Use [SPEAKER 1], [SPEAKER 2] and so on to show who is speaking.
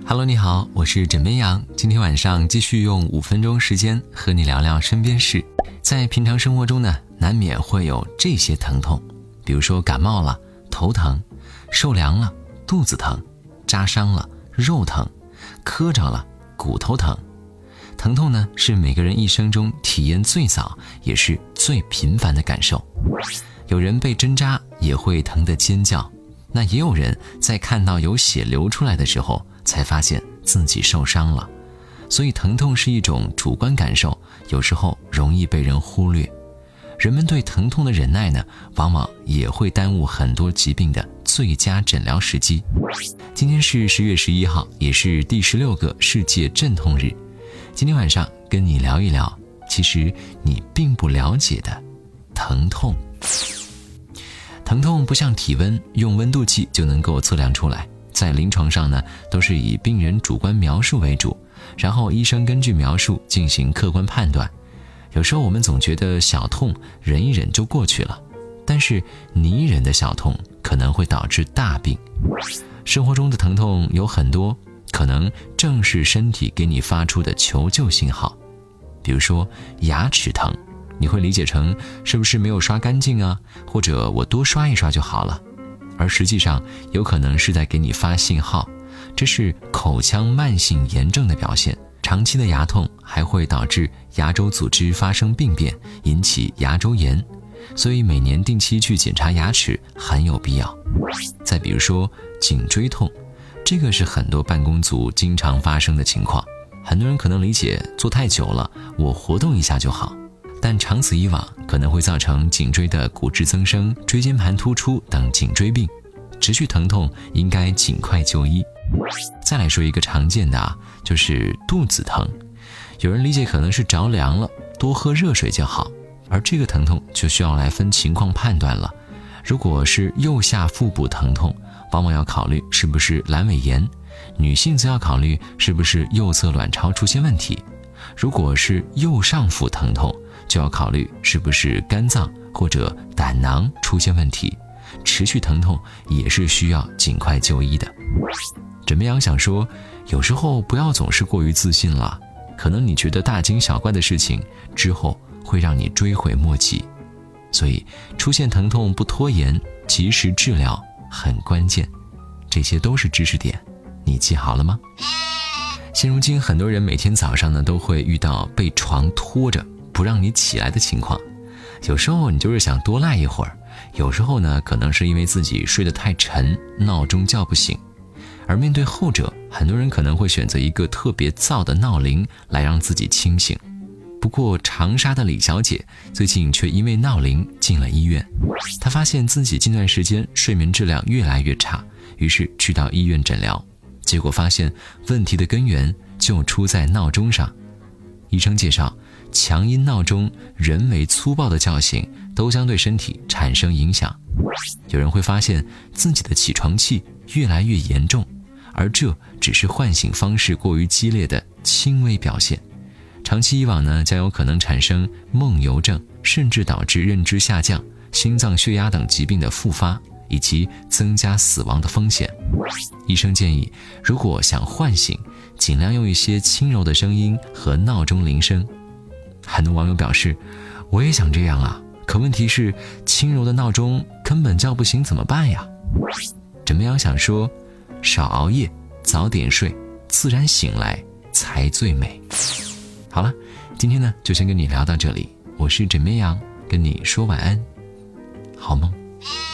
[SPEAKER 1] Hello， 你好，我是枕边羊。今天晚上继续用5分钟时间和你聊聊身边事。在平常生活中呢，难免会有这些疼痛，比如说感冒了，头疼；受凉了，肚子疼；扎伤了，肉疼；磕着了，骨头疼。疼痛呢，是每个人一生中体验最早也是最频繁的感受。有人被针扎也会疼得尖叫，那也有人在看到有血流出来的时候才发现自己受伤了。所以疼痛是一种主观感受，有时候容易被人忽略。人们对疼痛的忍耐呢，往往也会耽误很多疾病的最佳诊疗时机。今天是10月11号，也是第16个世界镇痛日。今天晚上跟你聊一聊，其实你并不了解的疼痛。疼痛不像体温，用温度计就能够测量出来。在临床上呢，都是以病人主观描述为主，然后医生根据描述进行客观判断。有时候我们总觉得小痛忍一忍就过去了，但是你忍的小痛可能会导致大病。生活中的疼痛有很多，可能正是身体给你发出的求救信号。比如说牙齿疼，你会理解成是不是没有刷干净啊，或者我多刷一刷就好了，而实际上有可能是在给你发信号，这是口腔慢性炎症的表现。长期的牙痛还会导致牙周组织发生病变，引起牙周炎，所以每年定期去检查牙齿很有必要。再比如说颈椎痛，这个是很多办公族经常发生的情况。很多人可能理解坐太久了，我活动一下就好，但长此以往可能会造成颈椎的骨质增生、椎间盘突出等颈椎病。持续疼痛应该尽快就医。再来说一个常见的就是肚子疼。有人理解可能是着凉了，多喝热水就好，而这个疼痛就需要来分情况判断了。如果是右下腹部疼痛，往往要考虑是不是阑尾炎，女性则要考虑是不是右侧卵巢出现问题。如果是右上腹疼痛，就要考虑是不是肝脏或者胆囊出现问题。持续疼痛也是需要尽快就医的。枕边羊想说，有时候不要总是过于自信了，可能你觉得大惊小怪的事情之后会让你追悔莫及。所以出现疼痛不拖延，及时治疗很关键。这些都是知识点，你记好了吗？现如今很多人每天早上呢都会遇到被床拖着不让你起来的情况。有时候你就是想多赖一会儿，有时候呢可能是因为自己睡得太沉，闹钟叫不醒。而面对后者，很多人可能会选择一个特别燥的闹铃来让自己清醒。不过长沙的李小姐最近却因为闹铃进了医院。她发现自己近段时间睡眠质量越来越差，于是去到医院诊疗，结果发现问题的根源就出在闹钟上。医生介绍，强音闹钟、人为粗暴的叫醒都将对身体产生影响。有人会发现自己的起床气越来越严重，而这只是唤醒方式过于激烈的轻微表现。长期以往呢，将有可能产生梦游症，甚至导致认知下降、心脏血压等疾病的复发，以及增加死亡的风险。医生建议，如果想唤醒，尽量用一些轻柔的声音和闹钟铃声。很多网友表示，我也想这样啊，可问题是轻柔的闹钟根本叫不醒怎么办呀？枕边羊想说，少熬夜，早点睡，自然醒来才最美。好了，今天呢就先跟你聊到这里，我是枕边羊，跟你说晚安，好梦。